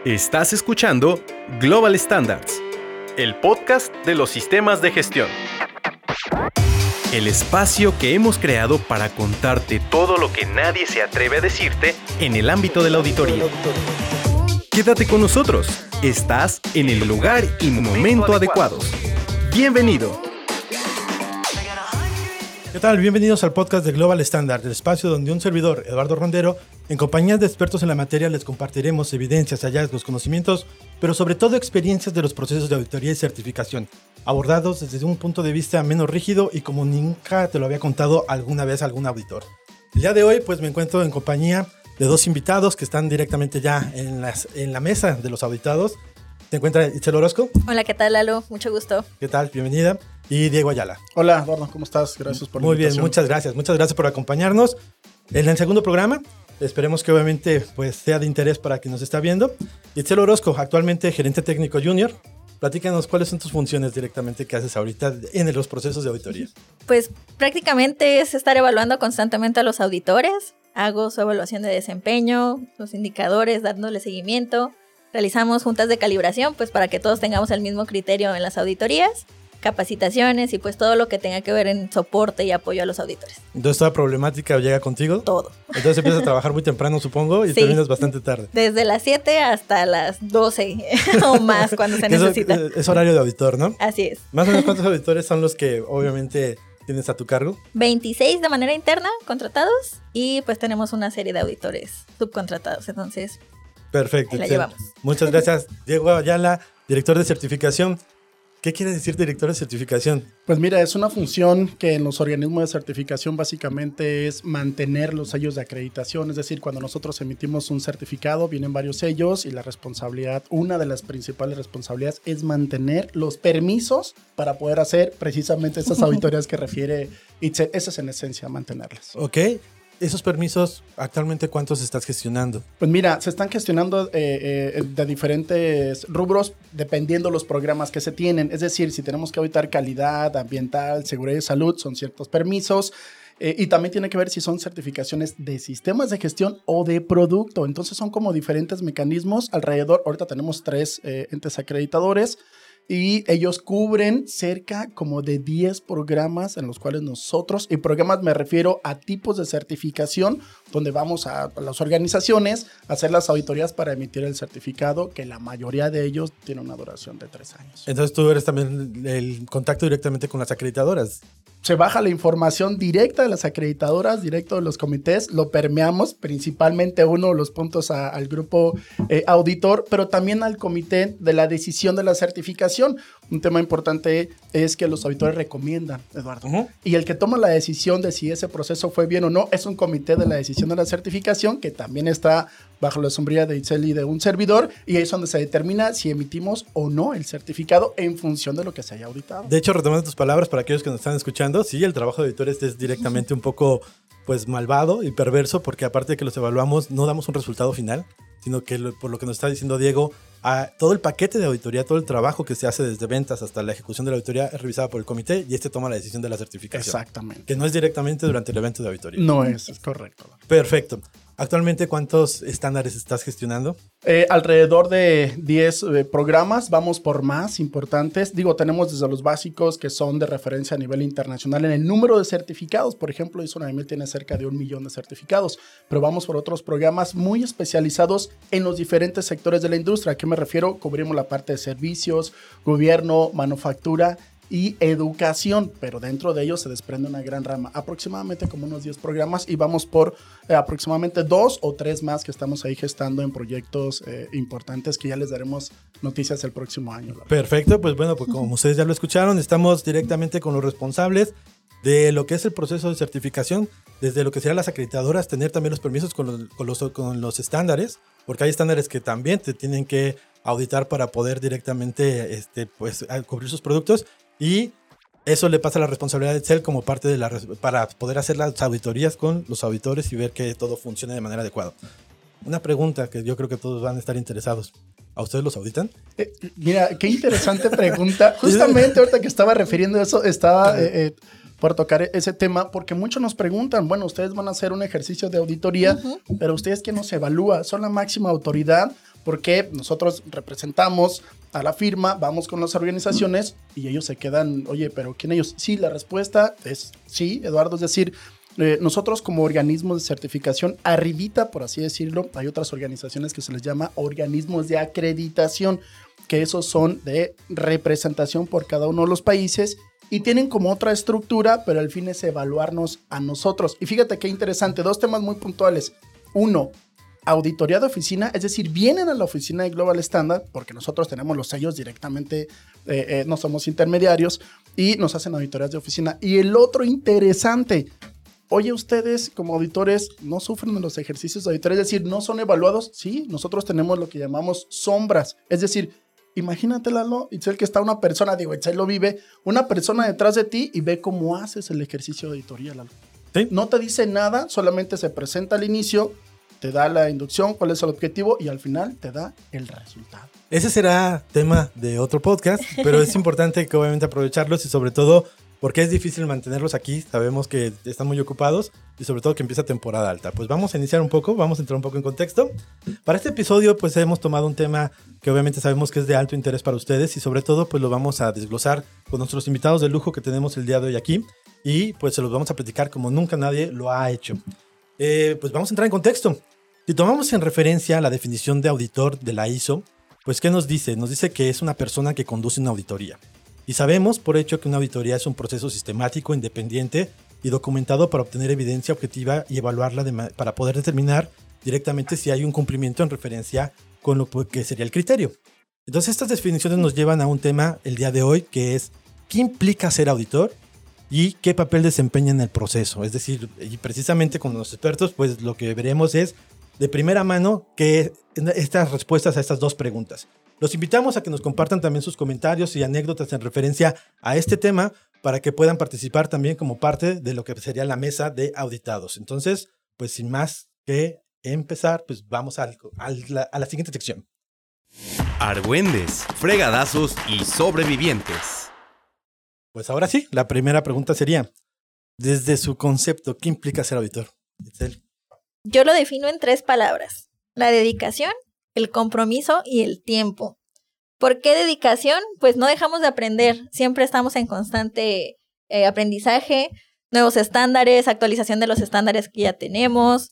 Estás escuchando Global Standards, el podcast de los sistemas de gestión. El espacio que hemos creado para contarte todo lo que nadie se atreve a decirte en el ámbito de la auditoría. Quédate con nosotros, estás en el lugar y momento adecuados. Bienvenido. ¿Qué tal? Bienvenidos al podcast de Global Standard, el espacio donde un servidor, Eduardo Rondero, en compañía de expertos en la materia les compartiremos evidencias, hallazgos, conocimientos, pero sobre todo experiencias de los procesos de auditoría y certificación, abordados desde un punto de vista menos rígido y como nunca te lo había contado alguna vez algún auditor. El día de hoy pues me encuentro en compañía de dos invitados que están directamente ya en la mesa de los auditados. ¿Se encuentra Itzel Orozco? Hola, ¿qué tal, Lalo? Mucho gusto. ¿Qué tal? Bienvenida. Y Diego Ayala. Hola, Eduardo, ¿cómo estás? Gracias por la invitación. Muy bien, muchas gracias por acompañarnos en el segundo programa. Esperemos que obviamente pues, sea de interés para quien nos está viendo. Itzel Orozco, actualmente gerente técnico junior. Platícanos cuáles son tus funciones directamente que haces ahorita en los procesos de auditoría. Pues prácticamente es estar evaluando constantemente a los auditores. Hago su evaluación de desempeño, los indicadores, dándole seguimiento. Realizamos juntas de calibración pues para que todos tengamos el mismo criterio en las auditorías. Capacitaciones y pues todo lo que tenga que ver en soporte y apoyo a los auditores. Entonces, ¿toda problemática llega contigo? Todo. Entonces empiezas a trabajar muy temprano, supongo, y sí, terminas bastante tarde. Desde las 7 hasta las 12 o más cuando se necesita. Es horario de auditor, ¿no? Así es. Más o menos, ¿cuántos auditores son los que obviamente tienes a tu cargo? 26 de manera interna contratados y pues tenemos una serie de auditores subcontratados, entonces perfecto. Ahí la llevamos. Muchas gracias, Diego Ayala, director de certificación. ¿Qué quiere decir director de certificación? Pues mira, es una función que en los organismos de certificación básicamente es mantener los sellos de acreditación. Es decir, cuando nosotros emitimos un certificado, vienen varios sellos y la responsabilidad, una de las principales responsabilidades es mantener los permisos para poder hacer precisamente esas auditorías que refiere Itzel. Eso es en esencia, mantenerlas. Ok. ¿Esos permisos actualmente cuántos estás gestionando? Pues mira, se están gestionando de diferentes rubros dependiendo los programas que se tienen. Es decir, si tenemos que auditar calidad ambiental, seguridad y salud, son ciertos permisos. Y también tiene que ver si son certificaciones de sistemas de gestión o de producto. Entonces son como diferentes mecanismos alrededor. Ahorita tenemos 3 entes acreditadores. Y ellos cubren cerca como de 10 programas en los cuales nosotros, y programas me refiero a tipos de certificación, donde vamos a las organizaciones a hacer las auditorías para emitir el certificado, que la mayoría de ellos tiene una duración de 3 años. Entonces tú eres también el contacto directamente con las acreditadoras. Se baja la información directa de las acreditadoras, directo de los comités, lo permeamos, principalmente uno de los puntos al grupo auditor, pero también al comité de la decisión de la certificación. Un tema importante es que los auditores recomiendan, Eduardo. Y el que toma la decisión de si ese proceso fue bien o no es un comité de la decisión de la certificación que también está bajo la sombrilla de Itzel y de un servidor, y ahí es donde se determina si emitimos o no el certificado en función de lo que se haya auditado. De hecho, retomando tus palabras para aquellos que nos están escuchando, sí, el trabajo de auditores es directamente un poco pues malvado y perverso, porque aparte de que los evaluamos, no damos un resultado final, sino que por lo que nos está diciendo Diego, todo el paquete de auditoría, todo el trabajo que se hace desde ventas hasta la ejecución de la auditoría es revisado por el comité y toma la decisión de la certificación. Exactamente. Que no es directamente durante el evento de auditoría. No es correcto. Perfecto. Actualmente, ¿cuántos estándares estás gestionando? Alrededor de 10 programas, vamos por más importantes. Digo, tenemos desde los básicos que son de referencia a nivel internacional en el número de certificados. Por ejemplo, ISO 9000 tiene cerca de 1 millón de certificados, pero vamos por otros programas muy especializados en los diferentes sectores de la industria. ¿A qué me refiero? Cubrimos la parte de servicios, gobierno, manufactura y educación, pero dentro de ellos se desprende una gran rama, aproximadamente como unos 10 programas, y vamos por aproximadamente 2 o 3 más que estamos ahí gestando en proyectos importantes que ya les daremos noticias el próximo año. Perfecto, pues bueno, pues como ustedes ya lo escucharon, estamos directamente con los responsables de lo que es el proceso de certificación, desde lo que serán las acreditadoras, tener también los permisos con los estándares, porque hay estándares que también te tienen que auditar para poder directamente pues, cubrir sus productos. Y eso le pasa la responsabilidad de Itzel como parte de para poder hacer las auditorías con los auditores y ver que todo funcione de manera adecuada. Una pregunta que yo creo que todos van a estar interesados. ¿A ustedes los auditan? Mira, qué interesante pregunta. Justamente ahorita que estaba refiriendo eso, estaba por tocar ese tema, porque muchos nos preguntan, bueno, ustedes van a hacer un ejercicio de auditoría, pero ustedes, ¿quién nos evalúa? ¿Son la máxima autoridad? Porque nosotros representamos a la firma, vamos con las organizaciones y ellos se quedan, oye, pero ¿quién ellos? Sí, la respuesta es sí, Eduardo, es decir, nosotros como organismos de certificación, arribita, por así decirlo, hay otras organizaciones que se les llama organismos de acreditación, que esos son de representación por cada uno de los países y tienen como otra estructura, pero el fin es evaluarnos a nosotros. Y fíjate qué interesante, 2 temas muy puntuales. 1, auditoría de oficina, es decir, vienen a la oficina de Global Standard, porque nosotros tenemos los sellos directamente, no somos intermediarios, y nos hacen auditorías de oficina. Y el otro interesante, oye, ustedes como auditores no sufren de los ejercicios de auditoría, es decir, no son evaluados. Sí, nosotros tenemos lo que llamamos sombras, es decir, imagínate, Lalo, Itzel, que está una persona, digo, Itzel lo vive, una persona detrás de ti y ve cómo haces el ejercicio de auditoría, Lalo. ¿Sí? No te dice nada, solamente se presenta al inicio, te da la inducción, cuál es el objetivo y al final te da el resultado. Ese será tema de otro podcast, pero es importante que obviamente aprovecharlos y sobre todo porque es difícil mantenerlos aquí. Sabemos que están muy ocupados y sobre todo que empieza temporada alta. Pues vamos a iniciar un poco, vamos a entrar un poco en contexto. Para este episodio pues hemos tomado un tema que obviamente sabemos que es de alto interés para ustedes y sobre todo pues lo vamos a desglosar con nuestros invitados de lujo que tenemos el día de hoy aquí y pues se los vamos a platicar como nunca nadie lo ha hecho. Pues vamos a entrar en contexto. Si tomamos en referencia la definición de auditor de la ISO, pues ¿qué nos dice? Nos dice que es una persona que conduce una auditoría. Y sabemos por hecho que una auditoría es un proceso sistemático, independiente y documentado para obtener evidencia objetiva y evaluarla para poder determinar directamente si hay un cumplimiento en referencia con lo que sería el criterio. Entonces estas definiciones nos llevan a un tema el día de hoy que es ¿qué implica ser auditor? Y qué papel desempeña en el proceso. Es decir, y precisamente con los expertos pues lo que veremos es de primera mano que estas respuestas a estas 2 preguntas. Los invitamos a que nos compartan también sus comentarios y anécdotas en referencia a este tema para que puedan participar también como parte de lo que sería la mesa de auditados. Entonces, pues sin más que empezar, pues vamos a la siguiente sección. Argüendes, fregadazos y sobrevivientes. Pues ahora sí, la primera pregunta sería, desde su concepto, ¿qué implica ser auditor? Itzel. Yo lo defino en 3 palabras: la dedicación, el compromiso y el tiempo. ¿Por qué dedicación? Pues no dejamos de aprender, siempre estamos en constante aprendizaje, nuevos estándares, actualización de los estándares que ya tenemos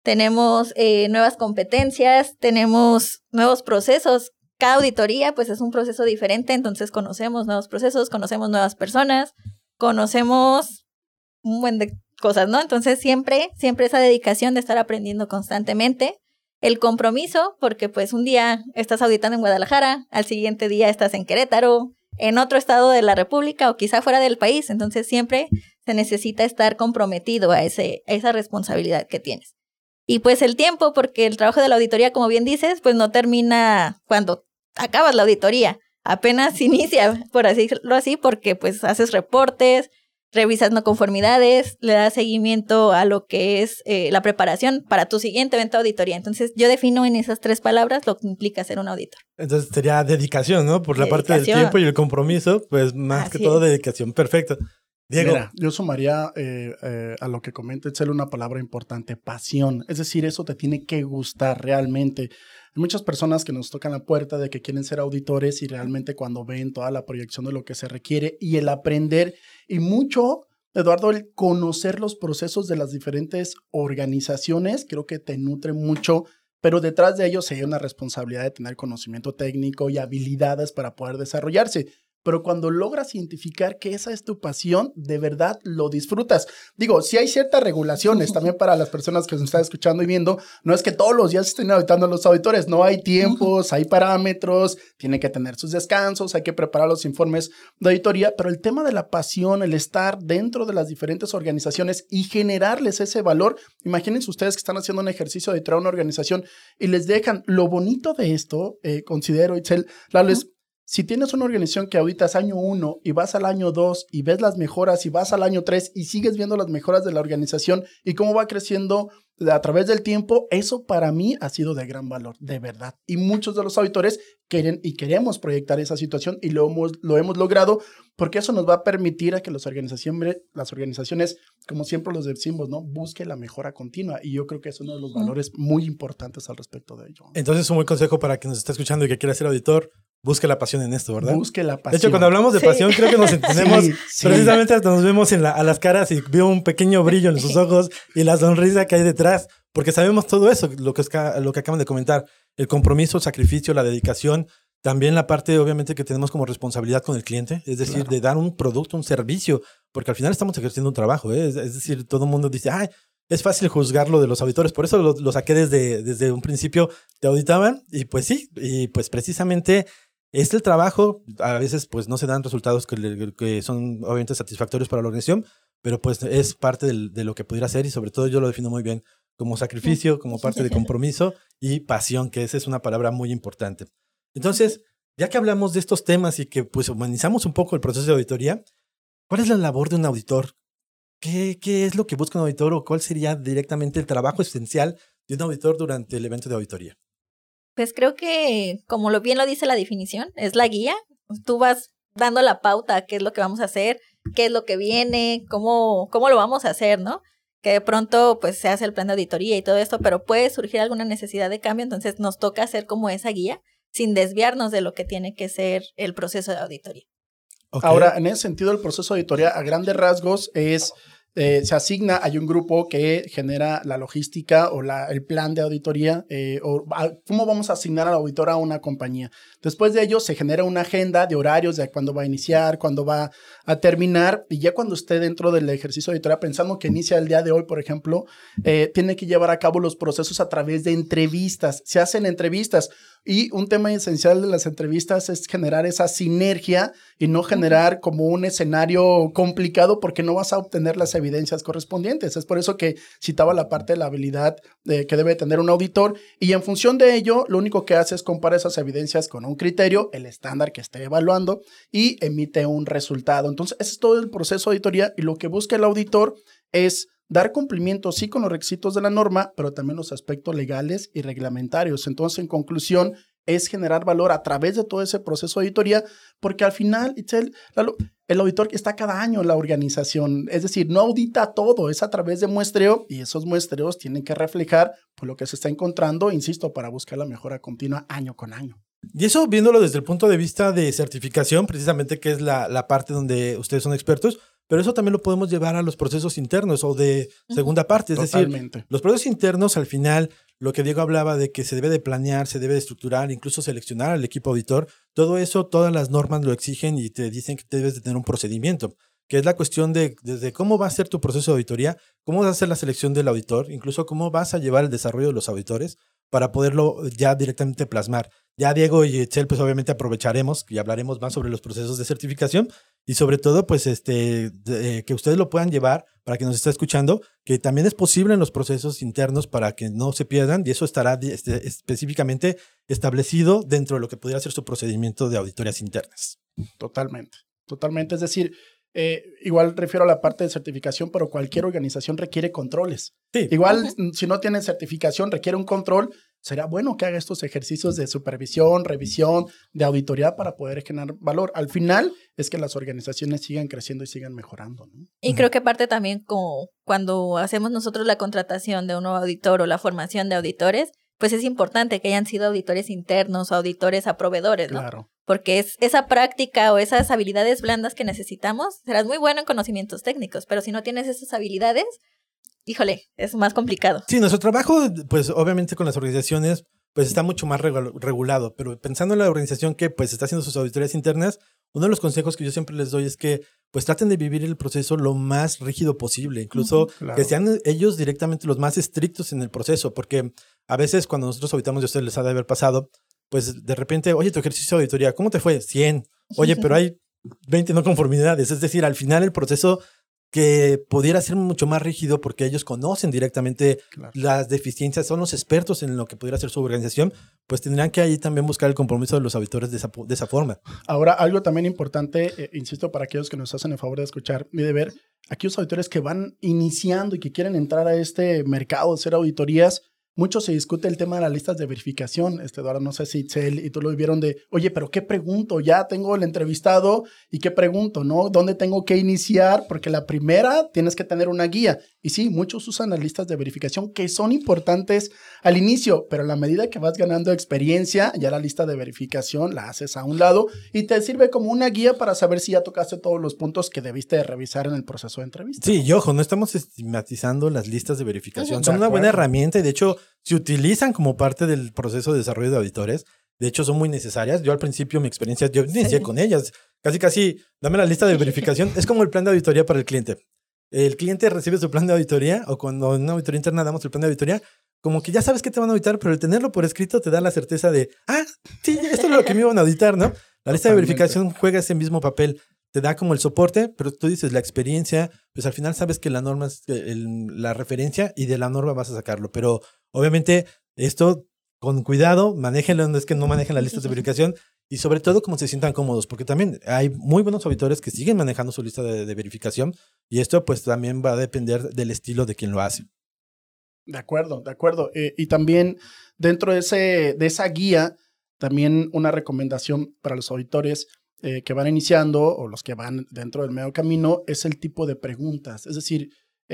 nuevas competencias, tenemos nuevos procesos. Cada auditoría pues es un proceso diferente, entonces conocemos nuevos procesos, conocemos nuevas personas, conocemos un buen de cosas, ¿no? Entonces siempre esa dedicación de estar aprendiendo constantemente. El compromiso, porque pues un día estás auditando en Guadalajara, al siguiente día estás en Querétaro, en otro estado de la República o quizá fuera del país, entonces siempre se necesita estar comprometido a esa responsabilidad que tienes. Y pues el tiempo, porque el trabajo de la auditoría, como bien dices, pues no termina cuando acabas la auditoría, apenas inicia, por decirlo así, porque pues haces reportes, revisas no conformidades, le das seguimiento a lo que es la preparación para tu siguiente evento de auditoría. Entonces, yo defino en esas 3 palabras lo que implica ser un auditor. Entonces, sería dedicación, ¿no? Por la parte del tiempo y el compromiso, pues más que todo dedicación. Perfecto. Diego. Mira, yo sumaría a lo que comenta Itzel una palabra importante, pasión. Es decir, eso te tiene que gustar realmente. Hay muchas personas que nos tocan la puerta de que quieren ser auditores y realmente cuando ven toda la proyección de lo que se requiere y el aprender y mucho, Eduardo, el conocer los procesos de las diferentes organizaciones, creo que te nutre mucho, pero detrás de ellos hay una responsabilidad de tener conocimiento técnico y habilidades para poder desarrollarse. Pero cuando logras identificar que esa es tu pasión, de verdad lo disfrutas. Digo, sí hay ciertas regulaciones también para las personas que nos están escuchando y viendo. No es que todos los días estén auditando a los auditores. No hay tiempos, hay parámetros, tiene que tener sus descansos, hay que preparar los informes de auditoría. Pero el tema de la pasión, el estar dentro de las diferentes organizaciones y generarles ese valor. Imagínense ustedes que están haciendo un ejercicio de auditoría a una organización y les dejan. Lo bonito de esto, considero, Itzel, Lalo, es si tienes una organización que auditas año 1 y vas al año 2 y ves las mejoras y vas al año 3 y sigues viendo las mejoras de la organización y cómo va creciendo a través del tiempo, eso para mí ha sido de gran valor, de verdad. Y muchos de los auditores quieren y queremos proyectar esa situación y lo hemos logrado porque eso nos va a permitir a que las organizaciones, como siempre los decimos, ¿no? Busquen la mejora continua. Y yo creo que es uno de los valores muy importantes al respecto de ello. Entonces, un buen consejo para quien nos está escuchando y que quiera ser auditor, busque la pasión en esto, ¿verdad? Busque la pasión. De hecho, cuando hablamos de pasión, creo que nos entendemos. Sí. Precisamente hasta nos vemos a las caras y veo un pequeño brillo en sus ojos y la sonrisa que hay detrás, porque sabemos todo eso, lo que acaban de comentar, el compromiso, el sacrificio, la dedicación, también la parte, obviamente, que tenemos como responsabilidad con el cliente, es decir, de dar un producto, un servicio, porque al final estamos ejerciendo un trabajo, ¿eh? Es decir, todo el mundo dice, ay, es fácil juzgar lo de los auditores, por eso lo saqué desde un principio, te auditaban, y pues sí, y pues precisamente es el trabajo, a veces pues no se dan resultados que son obviamente satisfactorios para la organización, pero pues es parte de lo que pudiera ser y sobre todo yo lo defino muy bien como sacrificio, como parte de compromiso y pasión, que esa es una palabra muy importante. Entonces, ya que hablamos de estos temas y que pues humanizamos un poco el proceso de auditoría, ¿cuál es la labor de un auditor? ¿Qué es lo que busca un auditor o cuál sería directamente el trabajo esencial de un auditor durante el evento de auditoría? Pues creo que, como bien lo dice la definición, es la guía. Tú vas dando la pauta, qué es lo que vamos a hacer, qué es lo que viene, cómo lo vamos a hacer, ¿no? Que de pronto pues se hace el plan de auditoría y todo esto, pero puede surgir alguna necesidad de cambio, entonces nos toca hacer como esa guía sin desviarnos de lo que tiene que ser el proceso de auditoría. Okay. Ahora, en ese sentido, el proceso de auditoría a grandes rasgos es... se asigna, hay un grupo que genera la logística o el plan de auditoría cómo vamos a asignar al auditor a una compañía. Después de ello se genera una agenda de horarios de cuándo va a iniciar, cuándo va a terminar y ya cuando esté dentro del ejercicio de auditoría, pensando que inicia el día de hoy, por ejemplo, tiene que llevar a cabo los procesos a través de entrevistas. Se hacen entrevistas y un tema esencial de las entrevistas es generar esa sinergia y no generar como un escenario complicado porque no vas a obtener las evidencias correspondientes. Es por eso que citaba la parte de la habilidad que debe tener un auditor y en función de ello, lo único que hace es comparar esas evidencias con un criterio, el estándar que esté evaluando y emite un resultado. Entonces, ese es todo el proceso de auditoría y lo que busca el auditor es dar cumplimiento, sí, con los requisitos de la norma, pero también los aspectos legales y reglamentarios. Entonces, en conclusión, es generar valor a través de todo ese proceso de auditoría, porque al final, Itzel, el auditor está cada año en la organización, es decir, no audita todo, es a través de muestreo y esos muestreos tienen que reflejar pues, lo que se está encontrando, insisto, para buscar la mejora continua año con año. Y eso viéndolo desde el punto de vista de certificación, precisamente que es la parte donde ustedes son expertos, pero eso también lo podemos llevar a los procesos internos o de segunda parte. Es Totalmente. decir, los procesos internos al final, lo que Diego hablaba de que se debe de planear, se debe de estructurar, incluso seleccionar al equipo auditor, todo eso, todas las normas lo exigen y te dicen que debes de tener un procedimiento, que es la cuestión de desde cómo va a ser tu proceso de auditoría, cómo vas a hacer la selección del auditor, incluso cómo vas a llevar el desarrollo de los auditores para poderlo ya directamente plasmar. Ya Diego y Itzel, pues obviamente aprovecharemos y hablaremos más sobre los procesos de certificación y sobre todo, pues que ustedes lo puedan llevar para que nos esté escuchando, que también es posible en los procesos internos para que no se pierdan y eso estará específicamente establecido dentro de lo que pudiera ser su procedimiento de auditorías internas. Totalmente. Es decir, igual refiero a la parte de certificación, pero cualquier organización requiere controles. Sí. Igual, si no tiene certificación, requiere un control. Será bueno que haga estos ejercicios de supervisión, revisión, de auditoría para poder generar valor. Al final es que las organizaciones sigan creciendo y sigan mejorando, ¿no? Y creo que parte también como cuando hacemos nosotros la contratación de un nuevo auditor o la formación de auditores, pues es importante que hayan sido auditores internos o auditores a proveedores, ¿no? Claro. Porque es esa práctica o esas habilidades blandas que necesitamos. Serás muy bueno en conocimientos técnicos, pero si no tienes esas habilidades, híjole, es más complicado. Sí, nuestro trabajo, pues obviamente con las organizaciones, pues está mucho más regulado, pero pensando en la organización que pues está haciendo sus auditorías internas, uno de los consejos que yo siempre les doy es que pues traten de vivir el proceso lo más rígido posible, incluso claro. Que sean ellos directamente los más estrictos en el proceso, porque a veces cuando nosotros auditamos, y a ustedes les ha de haber pasado, pues de repente, oye, tu ejercicio de auditoría, ¿cómo te fue? 100. Oye, pero hay 20 no conformidades, es decir, al final el proceso que pudiera ser mucho más rígido porque ellos conocen directamente las deficiencias, son los expertos en lo que pudiera ser su organización, pues tendrían que ahí también buscar el compromiso de los auditores de esa forma. Ahora, algo también importante, insisto, para aquellos que nos hacen el favor de escuchar y de ver, aquellos auditores que van iniciando y que quieren entrar a este mercado de hacer auditorías, mucho se discute el tema de las listas de verificación. Eduardo, no sé si Itzel y tú lo vieron de, oye, pero ¿qué pregunto? Ya tengo el entrevistado y ¿qué pregunto? ¿No? ¿Dónde tengo que iniciar? Porque la primera tienes que tener una guía. Y sí, muchos usan las listas de verificación que son importantes al inicio, pero a la medida que vas ganando experiencia, ya la lista de verificación la haces a un lado y te sirve como una guía para saber si ya tocaste todos los puntos que debiste de revisar en el proceso de entrevista. Sí, y ojo, no estamos estigmatizando las listas de verificación. Son una buena herramienta y de hecho se utilizan como parte del proceso de desarrollo de auditores. De hecho, son muy necesarias. Yo al principio, mi experiencia, yo inicié con ellas. Casi, dame la lista de verificación. Es como el plan de auditoría para el cliente. El cliente recibe su plan de auditoría o cuando en una auditoría interna damos el plan de auditoría, como que ya sabes que te van a auditar, pero el tenerlo por escrito te da la certeza de, sí, esto es lo que me iban a auditar, ¿no? La lista de verificación juega ese mismo papel. Te da como el soporte, pero tú dices la experiencia, pues al final sabes que la norma es la referencia y de la norma vas a sacarlo. Pero obviamente esto con cuidado, manéjenlo, no es que no manejen las listas de verificación y sobre todo como se sientan cómodos, porque también hay muy buenos auditores que siguen manejando su lista de verificación y esto pues también va a depender del estilo de quien lo hace. De acuerdo. Y también dentro de esa guía, también una recomendación para los auditores que van iniciando o los que van dentro del medio camino es el tipo de preguntas. Es decir,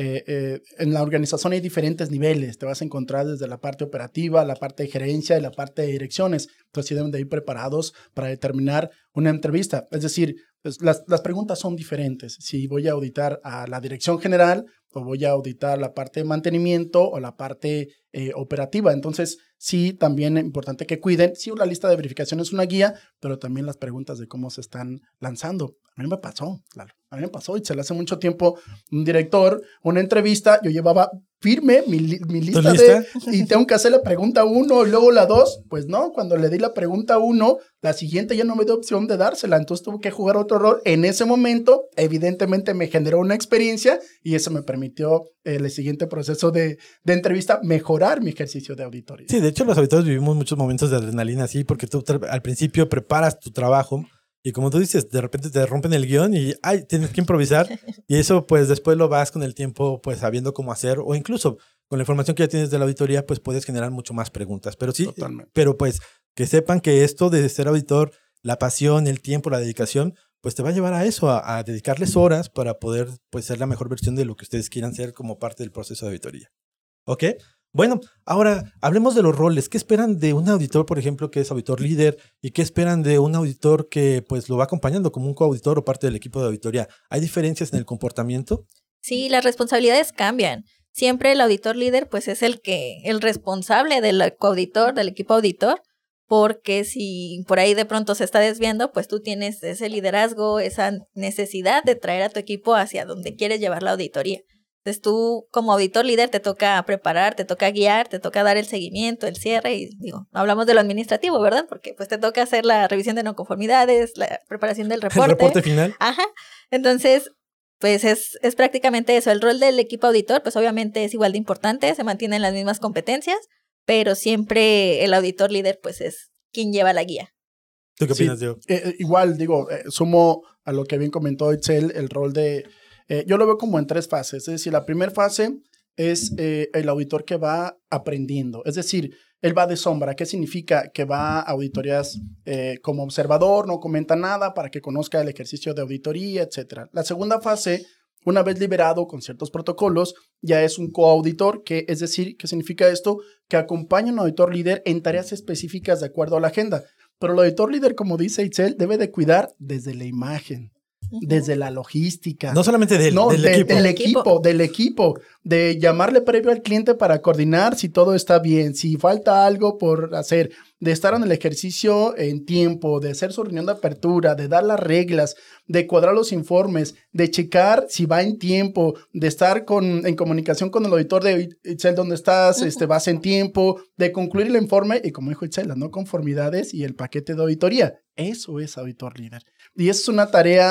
en la organización hay diferentes niveles. Te vas a encontrar desde la parte operativa, la parte de gerencia y la parte de direcciones. Entonces, sí deben de ir preparados para determinar una entrevista. Es decir, pues, las preguntas son diferentes. Si voy a auditar a la dirección general o voy a auditar la parte de mantenimiento o la parte operativa. Entonces, sí, también es importante que cuiden. Sí, la lista de verificación es una guía, pero también las preguntas de cómo se están lanzando. A mí me pasó, claro. A mí me pasó y se le hace mucho tiempo un director, una entrevista, yo llevaba firme mi lista y tengo que hacer la pregunta 1 y luego la 2. Pues no, cuando le di la pregunta 1, la siguiente ya no me dio opción de dársela, entonces tuve que jugar otro rol. En ese momento, evidentemente me generó una experiencia y eso me permitió el siguiente proceso de entrevista mejorar mi ejercicio de auditoría. Sí, de hecho los auditores vivimos muchos momentos de adrenalina así porque tú al principio preparas tu trabajo. Y como tú dices, de repente te rompen el guión y tienes que improvisar. Y eso, pues, después lo vas con el tiempo, pues, sabiendo cómo hacer. O incluso, con la información que ya tienes de la auditoría, pues, puedes generar mucho más preguntas. Pero sí, totalmente. Pero pues, que sepan que esto de ser auditor, la pasión, el tiempo, la dedicación, pues, te va a llevar a eso, a dedicarles horas para poder, pues, ser la mejor versión de lo que ustedes quieran ser como parte del proceso de auditoría. ¿Ok? Bueno, ahora hablemos de los roles. ¿Qué esperan de un auditor, por ejemplo, que es auditor líder? ¿Y qué esperan de un auditor que pues lo va acompañando como un coauditor o parte del equipo de auditoría? ¿Hay diferencias en el comportamiento? Sí, las responsabilidades cambian. Siempre el auditor líder pues es el responsable del coauditor, del equipo auditor, porque si por ahí de pronto se está desviando, pues tú tienes ese liderazgo, esa necesidad de traer a tu equipo hacia donde quieres llevar la auditoría. Entonces tú como auditor líder te toca preparar, te toca guiar, te toca dar el seguimiento, el cierre y digo, no hablamos de lo administrativo, ¿verdad? Porque pues te toca hacer la revisión de no conformidades, la preparación del reporte. El reporte final. Ajá. Entonces, pues es prácticamente eso. El rol del equipo auditor pues obviamente es igual de importante, se mantienen las mismas competencias, pero siempre el auditor líder pues es quien lleva la guía. ¿Tú qué opinas, Diego? Igual, digo, sumo a lo que bien comentó Itzel, el rol de... yo lo veo como en 3 fases. Es decir, la primera fase es el auditor que va aprendiendo. Es decir, él va de sombra. ¿Qué significa? Que va a auditorías como observador, no comenta nada para que conozca el ejercicio de auditoría, etc. La segunda fase, una vez liberado con ciertos protocolos, ya es un coauditor, que es decir, ¿qué significa esto? Que acompaña a un auditor líder en tareas específicas de acuerdo a la agenda. Pero el auditor líder, como dice Itzel, debe de cuidar desde la imagen, desde la logística. No solamente del equipo. Del equipo, de llamarle previo al cliente para coordinar si todo está bien, si falta algo por hacer, de estar en el ejercicio en tiempo, de hacer su reunión de apertura, de dar las reglas, de cuadrar los informes, de checar si va en tiempo, de estar en comunicación con el auditor de Itzel, donde estás, vas en tiempo, de concluir el informe y, como dijo Itzel, las no conformidades y el paquete de auditoría. Eso es auditor líder. Y es una tarea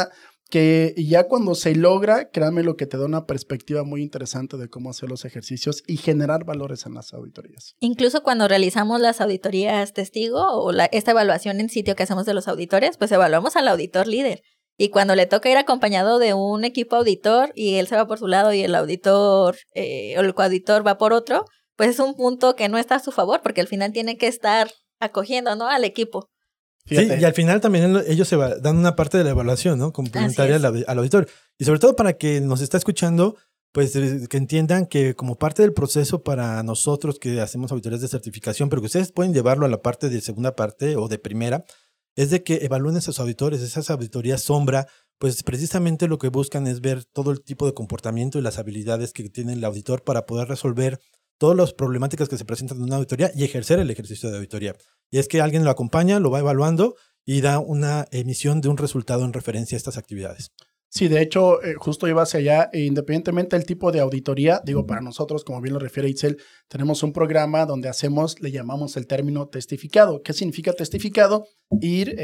que ya cuando se logra, créanme lo que te da una perspectiva muy interesante de cómo hacer los ejercicios y generar valores en las auditorías. Incluso cuando realizamos las auditorías testigo o esta evaluación en sitio que hacemos de los auditores, pues evaluamos al auditor líder. Y cuando le toca ir acompañado de un equipo auditor y él se va por su lado y el auditor o el coauditor va por otro, pues es un punto que no está a su favor porque al final tiene que estar acogiendo, ¿no?, al equipo. Fíjate. Sí, y al final también ellos dan una parte de la evaluación, ¿no? Complementaria al auditor. Y sobre todo para que nos está escuchando, pues que entiendan que como parte del proceso para nosotros que hacemos auditorías de certificación, pero que ustedes pueden llevarlo a la parte de segunda parte o de primera, es de que evalúen a esos auditores, esas auditorías sombra, pues precisamente lo que buscan es ver todo el tipo de comportamiento y las habilidades que tiene el auditor para poder resolver todas las problemáticas que se presentan en una auditoría y ejercer el ejercicio de auditoría. Y es que alguien lo acompaña, lo va evaluando y da una emisión de un resultado en referencia a estas actividades. Sí, de hecho, justo iba hacia allá, independientemente del tipo de auditoría, digo, para nosotros, como bien lo refiere Itzel, tenemos un programa donde le llamamos el término testificado. ¿Qué significa testificado? Ir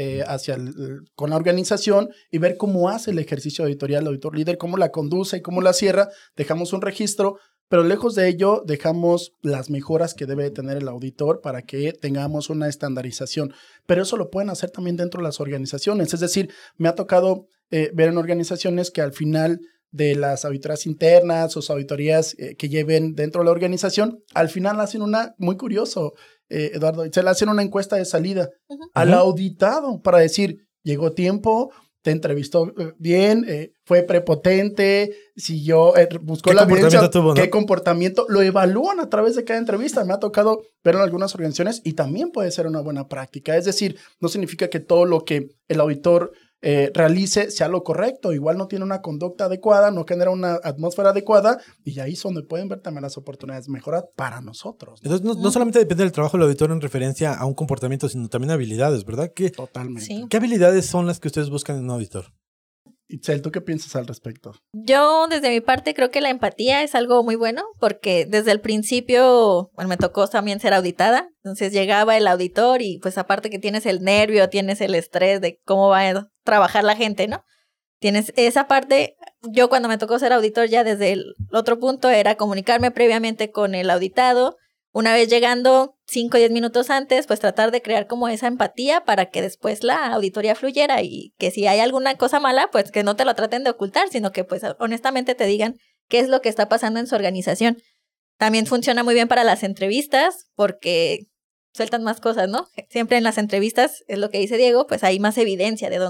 con la organización y ver cómo hace el ejercicio auditorial el auditor líder, cómo la conduce y cómo la cierra. Dejamos un registro, pero lejos de ello, dejamos las mejoras que debe tener el auditor para que tengamos una estandarización. Pero eso lo pueden hacer también dentro de las organizaciones. Es decir, me ha tocado ver en organizaciones que al final de las auditorías internas o auditorías que lleven dentro de la organización, al final hacen una, muy curioso, Eduardo, se le hacen una encuesta de salida al auditado para decir, llegó tiempo, te entrevistó bien, fue prepotente, siguió, buscó la evidencia, qué comportamiento, lo evalúan a través de cada entrevista. Me ha tocado ver en algunas organizaciones y también puede ser una buena práctica. Es decir, no significa que todo lo que el auditor realice sea lo correcto. Igual no tiene una conducta adecuada, no genera una atmósfera adecuada y ahí es donde pueden ver también las oportunidades de mejora para nosotros, ¿no? Entonces, no solamente depende del trabajo del auditor en referencia a un comportamiento, sino también habilidades, ¿verdad? Totalmente. Sí. ¿Qué habilidades son las que ustedes buscan en un auditor? Itzel, ¿tú qué piensas al respecto? Yo, desde mi parte, creo que la empatía es algo muy bueno porque desde el principio, bueno, me tocó también ser auditada. Entonces llegaba el auditor y pues aparte que tienes el nervio, tienes el estrés de cómo va a trabajar la gente, ¿no? Tienes esa parte. Yo cuando me tocó ser auditor ya desde el otro punto era comunicarme previamente con el auditado. Una vez llegando 5 o 10 minutos antes, pues tratar de crear como esa empatía para que después la auditoría fluyera y que si hay alguna cosa mala, pues que no te lo traten de ocultar, sino que pues honestamente te digan qué es lo que está pasando en su organización. También funciona muy bien para las entrevistas porque sueltan más cosas, ¿no? Siempre en las entrevistas, es lo que dice Diego, pues hay más evidencia de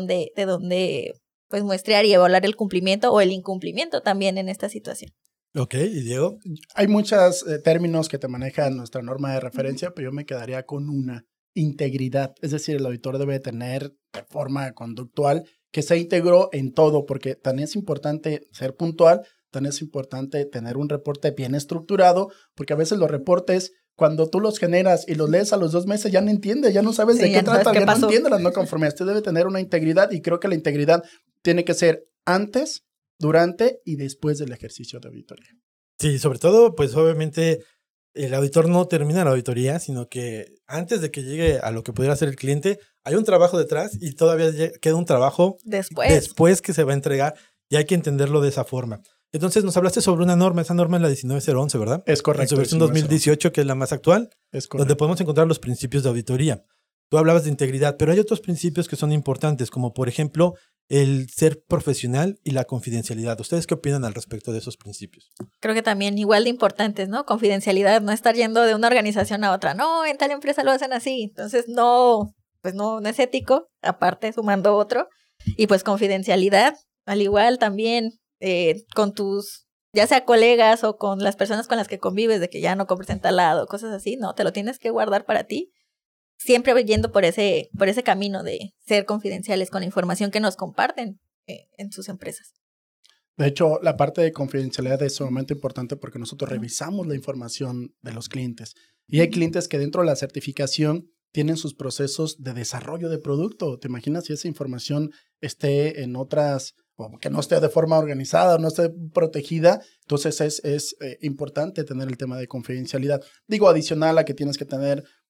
dónde pues muestrear y evaluar el cumplimiento o el incumplimiento también en esta situación. Ok, ¿y Diego? Hay muchos términos que te maneja nuestra norma de referencia, pero yo me quedaría con una: integridad. Es decir, el auditor debe tener de forma conductual que sea íntegro en todo, porque tan es importante ser puntual, tan es importante tener un reporte bien estructurado, porque a veces los reportes, cuando tú los generas y los lees a los 2 meses, ya no entiendes, ya no sabes de qué trata, ya no entiendes las no conformidades. Usted debe tener una integridad y creo que la integridad tiene que ser antes, durante y después del ejercicio de auditoría. Sí, sobre todo, pues obviamente el auditor no termina la auditoría, sino que antes de que llegue a lo que pudiera ser el cliente, hay un trabajo detrás y todavía queda un trabajo después que se va a entregar y hay que entenderlo de esa forma. Entonces nos hablaste sobre una norma, esa norma es la 19011, ¿verdad? Es correcto. En su versión 2018, que es la más actual, es correcto, donde podemos encontrar los principios de auditoría. Tú hablabas de integridad, pero hay otros principios que son importantes, como por ejemplo el ser profesional y la confidencialidad. ¿Ustedes qué opinan al respecto de esos principios? Creo que también igual de importantes, ¿no? Confidencialidad, no estar yendo de una organización a otra. No, en tal empresa lo hacen así. Entonces no es ético, aparte sumando otro. Y pues confidencialidad, al igual también con tus, ya sea colegas o con las personas con las que convives, de que ya no compres en tal lado, cosas así, no, te lo tienes que guardar para ti. Siempre yendo por ese camino de ser confidenciales con la información que nos comparten en sus empresas. De hecho, la parte de confidencialidad es sumamente importante porque nosotros revisamos la información de los clientes. Y hay clientes que dentro de la certificación tienen sus procesos de desarrollo de producto. ¿Te imaginas si esa información esté en otras, o que no esté de forma organizada, no esté protegida? Entonces es importante tener el tema de confidencialidad. Digo, adicional a que tienes que tener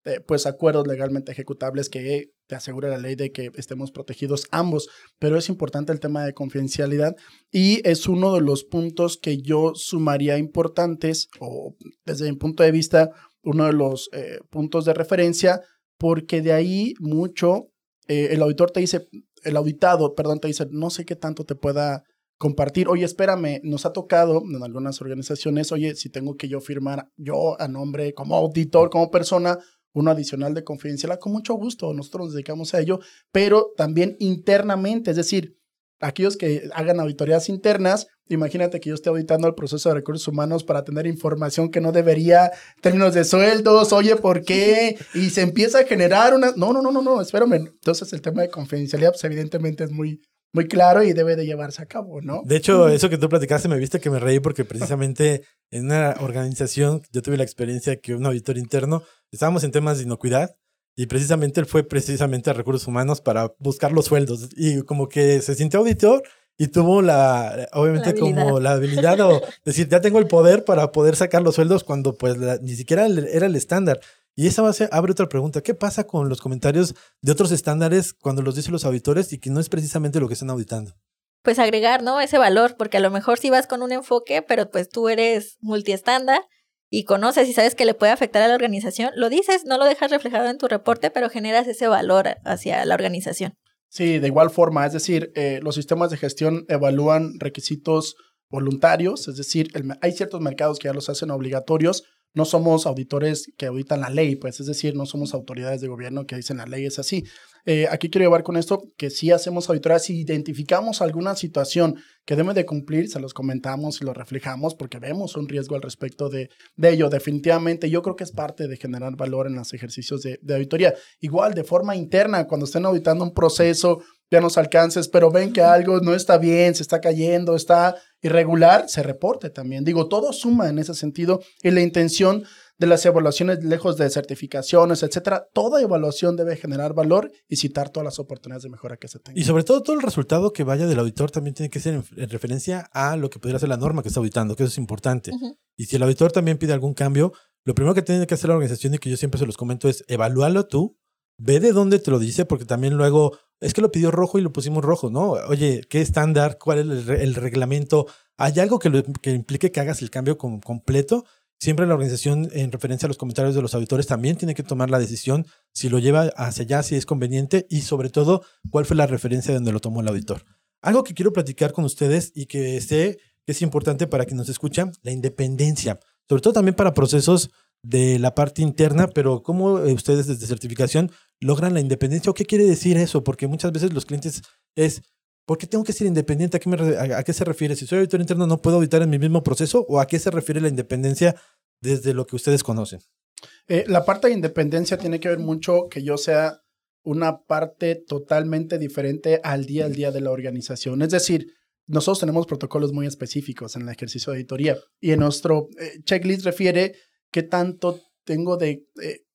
pues acuerdos legalmente ejecutables que te asegura la ley de que estemos protegidos ambos, pero es importante el tema de confidencialidad y es uno de los puntos que yo sumaría importantes o desde mi punto de vista uno de los puntos de referencia, porque de ahí mucho el auditado te dice, no sé qué tanto te pueda compartir. Oye, espérame, nos ha tocado en algunas organizaciones, oye, si tengo que yo firmar yo a nombre como auditor, como persona, uno adicional de confidencialidad, con mucho gusto, nosotros nos dedicamos a ello, pero también internamente, es decir, aquellos que hagan auditorías internas, imagínate que yo esté auditando el proceso de recursos humanos para tener información que no debería, términos de sueldos, oye, ¿por qué? Y se empieza a generar una... No, espérame. Entonces el tema de confidencialidad, pues evidentemente es muy claro y debe de llevarse a cabo, ¿no? De hecho, eso que tú platicaste me viste que me reí porque precisamente en una organización yo tuve la experiencia que un auditor interno, estábamos en temas de inocuidad y precisamente él fue precisamente a recursos humanos para buscar los sueldos y como que se sintió auditor y tuvo obviamente como la habilidad o decir, ya tengo el poder para poder sacar los sueldos cuando pues ni siquiera era el estándar. Y esa base abre otra pregunta. ¿Qué pasa con los comentarios de otros estándares cuando los dicen los auditores y que no es precisamente lo que están auditando? Pues agregar, ¿no? Ese valor, porque a lo mejor sí vas con un enfoque, pero pues tú eres multiestándar y conoces y sabes que le puede afectar a la organización. Lo dices, no lo dejas reflejado en tu reporte, pero generas ese valor hacia la organización. Sí, de igual forma, es decir, los sistemas de gestión evalúan requisitos voluntarios, es decir, hay ciertos mercados que ya los hacen obligatorios. No somos auditores que auditan la ley, pues, es decir, no somos autoridades de gobierno que dicen la ley es así. Aquí quiero llevar con esto que sí hacemos auditorías, si identificamos alguna situación que debe de cumplir, se los comentamos y lo reflejamos porque vemos un riesgo al respecto de ello. Definitivamente, yo creo que es parte de generar valor en los ejercicios de auditoría. Igual, de forma interna, cuando estén auditando un proceso, los alcances, pero ven que algo no está bien, se está cayendo, está irregular, se reporte también. Digo, todo suma en ese sentido y la intención de las evaluaciones, lejos de certificaciones, etcétera, toda evaluación debe generar valor y citar todas las oportunidades de mejora que se tengan. Y sobre todo el resultado que vaya del auditor también tiene que ser en referencia a lo que pudiera ser la norma que está auditando, que eso es importante. Uh-huh. Y si el auditor también pide algún cambio, lo primero que tiene que hacer la organización y que yo siempre se los comento es evalúalo tú, ve de dónde te lo dice, porque también luego es que lo pidió rojo y lo pusimos rojo, ¿no? Oye, ¿qué estándar? ¿Cuál es el reglamento? ¿Hay algo que implique que hagas el cambio completo? Siempre la organización, en referencia a los comentarios de los auditores, también tiene que tomar la decisión si lo lleva hacia allá, si es conveniente y sobre todo, cuál fue la referencia de donde lo tomó el auditor. Algo que quiero platicar con ustedes y que sé que es importante para quien nos escucha, la independencia. Sobre todo también para procesos de la parte interna, pero ¿cómo ustedes desde certificación logran la independencia? ¿O qué quiere decir eso? Porque muchas veces los clientes es, ¿por qué tengo que ser independiente? ¿A qué se refiere? Si soy auditor interno, ¿no puedo auditar en mi mismo proceso? ¿O a qué se refiere la independencia desde lo que ustedes conocen? La parte de independencia tiene que ver mucho que yo sea una parte totalmente diferente al día de la organización. Es decir, nosotros tenemos protocolos muy específicos en el ejercicio de auditoría y en nuestro checklist refiere qué tanto tengo de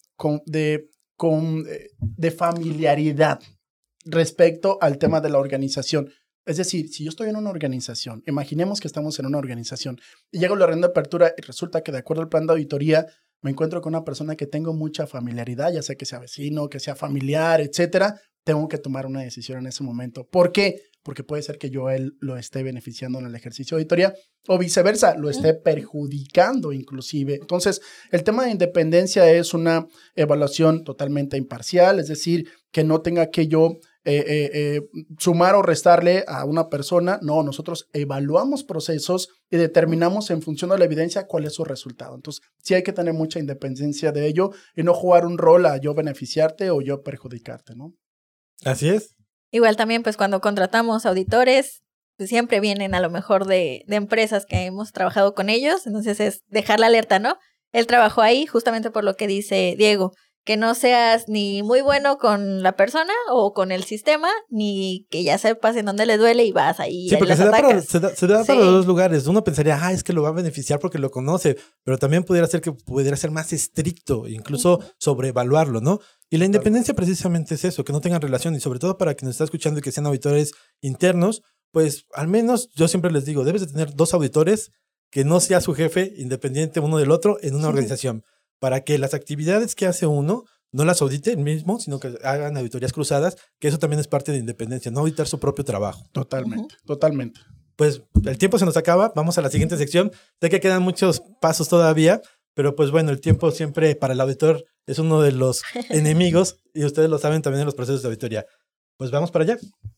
familiaridad respecto al tema de la organización. Es decir, si yo estoy en una organización, imaginemos que estamos en una organización y llego a la reunión de apertura y resulta que de acuerdo al plan de auditoría me encuentro con una persona que tengo mucha familiaridad, ya sea que sea vecino, que sea familiar, etcétera, tengo que tomar una decisión en ese momento. ¿Por qué? Porque puede ser que yo él lo esté beneficiando en el ejercicio de auditoría o viceversa, lo esté perjudicando inclusive. Entonces, el tema de independencia es una evaluación totalmente imparcial, es decir, que no tenga que yo sumar o restarle a una persona. No, nosotros evaluamos procesos y determinamos en función de la evidencia cuál es su resultado. Entonces, sí hay que tener mucha independencia de ello y no jugar un rol a yo beneficiarte o yo perjudicarte, ¿no? Así es. Igual también, pues cuando contratamos auditores, pues siempre vienen a lo mejor de empresas que hemos trabajado con ellos, entonces es dejar la alerta, ¿no? Él trabajó ahí justamente por lo que dice Diego, que no seas ni muy bueno con la persona o con el sistema, ni que ya sepas en dónde le duele y vas ahí. Sí, porque se da para los dos lugares. Uno pensaría, es que lo va a beneficiar porque lo conoce, pero también pudiera ser que pudiera ser más estricto, incluso sobreevaluarlo, ¿no? Y la independencia precisamente es eso, que no tengan relación y sobre todo para quien nos está escuchando y que sean auditores internos, pues al menos yo siempre les digo, debes de tener 2 auditores que no sea su jefe independiente uno del otro en una organización, para que las actividades que hace uno no las audite el mismo, sino que hagan auditorías cruzadas, que eso también es parte de independencia, no auditar su propio trabajo. Totalmente. Pues el tiempo se nos acaba, vamos a la siguiente sección. Sé que quedan muchos pasos todavía, pero pues bueno, el tiempo siempre para el auditor es uno de los enemigos y ustedes lo saben también en los procesos de auditoría. Pues vamos para allá.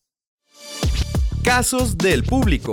Casos del público.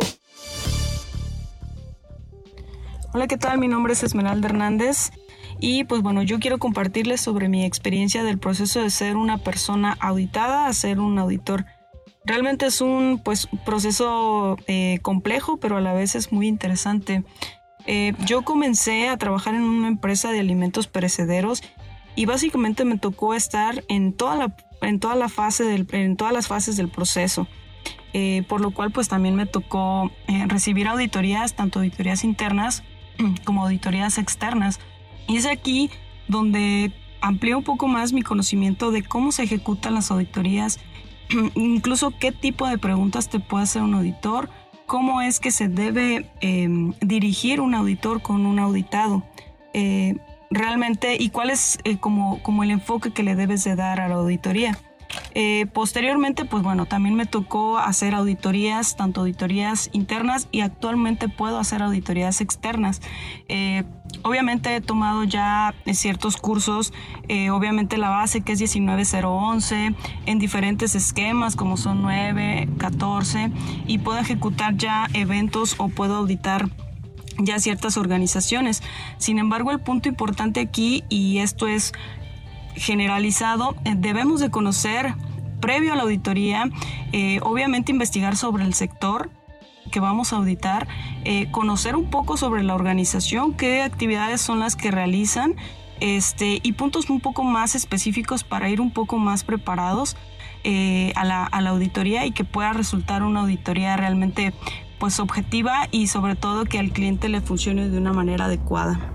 Hola, ¿qué tal? Mi nombre es Esmeralda Hernández y pues bueno, yo quiero compartirles sobre mi experiencia del proceso de ser una persona auditada a ser un auditor. Realmente es un proceso complejo, pero a la vez es muy interesante. Yo comencé a trabajar en una empresa de alimentos perecederos y básicamente me tocó estar en todas las fases del proceso. Por lo cual pues también me tocó recibir auditorías, tanto auditorías internas como auditorías externas. Y es aquí donde amplié un poco más mi conocimiento de cómo se ejecutan las auditorías, incluso qué tipo de preguntas te puede hacer un auditor, cómo es que se debe dirigir un auditor con un auditado, realmente, y cuál es como el enfoque que le debes de dar a la auditoría. Posteriormente, pues bueno, también me tocó hacer auditorías, tanto auditorías internas y actualmente puedo hacer auditorías externas. Obviamente he tomado ya ciertos cursos, obviamente la base que es 19011, en diferentes esquemas como son 9, 14 y puedo ejecutar ya eventos o puedo auditar ya ciertas organizaciones. Sin embargo, el punto importante aquí, y esto es generalizado, debemos de conocer previo a la auditoría, obviamente investigar sobre el sector que vamos a auditar, conocer un poco sobre la organización, qué actividades son las que realizan, y puntos un poco más específicos para ir un poco más preparados a la auditoría y que pueda resultar una auditoría realmente pues objetiva y sobre todo que al cliente le funcione de una manera adecuada.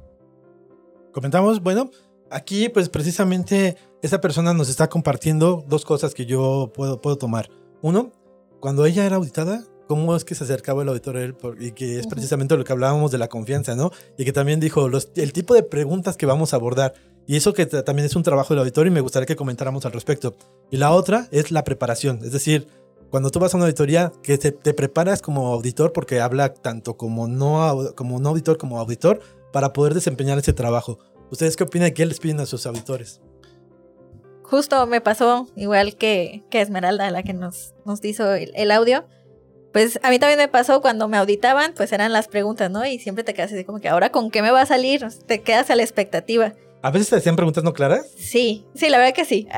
Comentamos, bueno, aquí pues precisamente esta persona nos está compartiendo dos cosas que yo puedo tomar. Uno, cuando ella era auditada, cómo es que se acercaba el auditor a él, y que es precisamente lo que hablábamos de la confianza, ¿no? Y que también dijo el tipo de preguntas que vamos a abordar. Y eso que también es un trabajo del auditor y me gustaría que comentáramos al respecto. Y la otra es la preparación, es decir, cuando tú vas a una auditoría, que te preparas como auditor, porque habla tanto como no auditor como auditor, para poder desempeñar ese trabajo. ¿Ustedes qué opinan? ¿Qué les piden a sus auditores? Justo me pasó, igual que Esmeralda, la que nos hizo el audio. Pues a mí también me pasó cuando me auditaban, pues eran las preguntas, ¿no? Y siempre te quedas así como que, ¿ahora con qué me va a salir? Te quedas a la expectativa. ¿A veces te hacían preguntas no claras? Sí, la verdad que sí.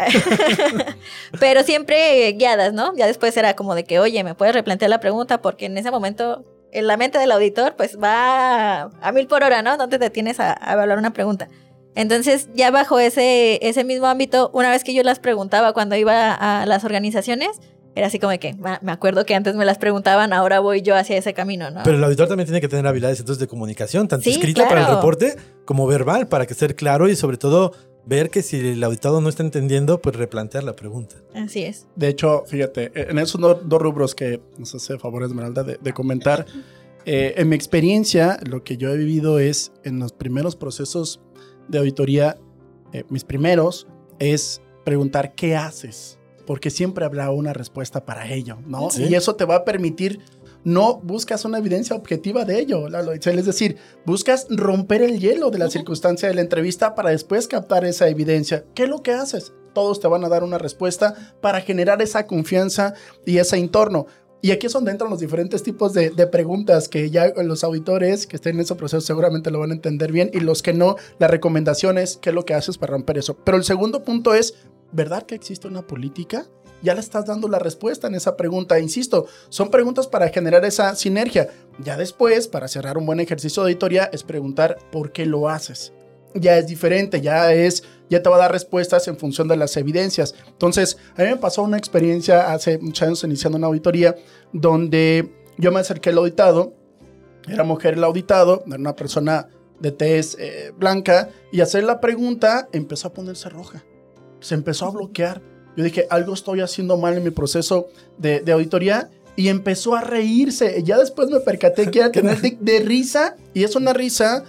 Pero siempre guiadas, ¿no? Ya después era como de que, oye, ¿me puedes replantear la pregunta? Porque en ese momento, en la mente del auditor, pues va a 1000 por hora, ¿no? No te detienes a evaluar una pregunta. Entonces, ya bajo ese mismo ámbito, una vez que yo las preguntaba cuando iba a las organizaciones, era así como de que, me acuerdo que antes me las preguntaban, ahora voy yo hacia ese camino, ¿no? Pero el auditor también tiene que tener habilidades entonces de comunicación, tanto escrita claro, para el reporte como verbal, para que ser claro y sobre todo ver que si el auditado no está entendiendo, pues replantear la pregunta. Así es. De hecho, fíjate, en esos dos rubros que nos hace favor Esmeralda de comentar, en mi experiencia, lo que yo he vivido es en los primeros procesos de auditoría, mis primeros, es preguntar ¿qué haces? Porque siempre habrá una respuesta para ello, ¿no? ¿Sí? Y eso te va a permitir, no buscas una evidencia objetiva de ello, es decir, buscas romper el hielo de la circunstancia de la entrevista para después captar esa evidencia. ¿Qué es lo que haces? Todos te van a dar una respuesta para generar esa confianza y ese entorno. Y aquí es donde entran los diferentes tipos de preguntas que ya los auditores que estén en ese proceso seguramente lo van a entender bien, y los que no, la recomendación es qué es lo que haces para romper eso. Pero el segundo punto es, ¿verdad que existe una política? Ya le estás dando la respuesta en esa pregunta. Insisto, son preguntas para generar esa sinergia. Ya después, para cerrar un buen ejercicio de auditoría, es preguntar ¿por qué lo haces? Ya es diferente, ya te va a dar respuestas en función de las evidencias. Entonces, a mí me pasó una experiencia hace muchos años iniciando una auditoría donde yo me acerqué al auditado, era mujer el auditado, era una persona de tez blanca, y hacer la pregunta empezó a ponerse roja, se empezó a bloquear. Yo dije, algo estoy haciendo mal en mi proceso de auditoría, y empezó a reírse. Ya después me percaté que era tener de risa, y es una risa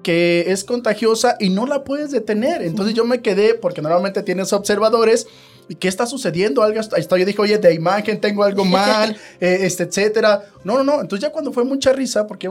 que es contagiosa y no la puedes detener. Entonces yo me quedé, porque normalmente tienes observadores, ¿y qué está sucediendo? Algo, yo dije, oye, de imagen tengo algo mal, etcétera. No. Entonces ya cuando fue mucha risa, porque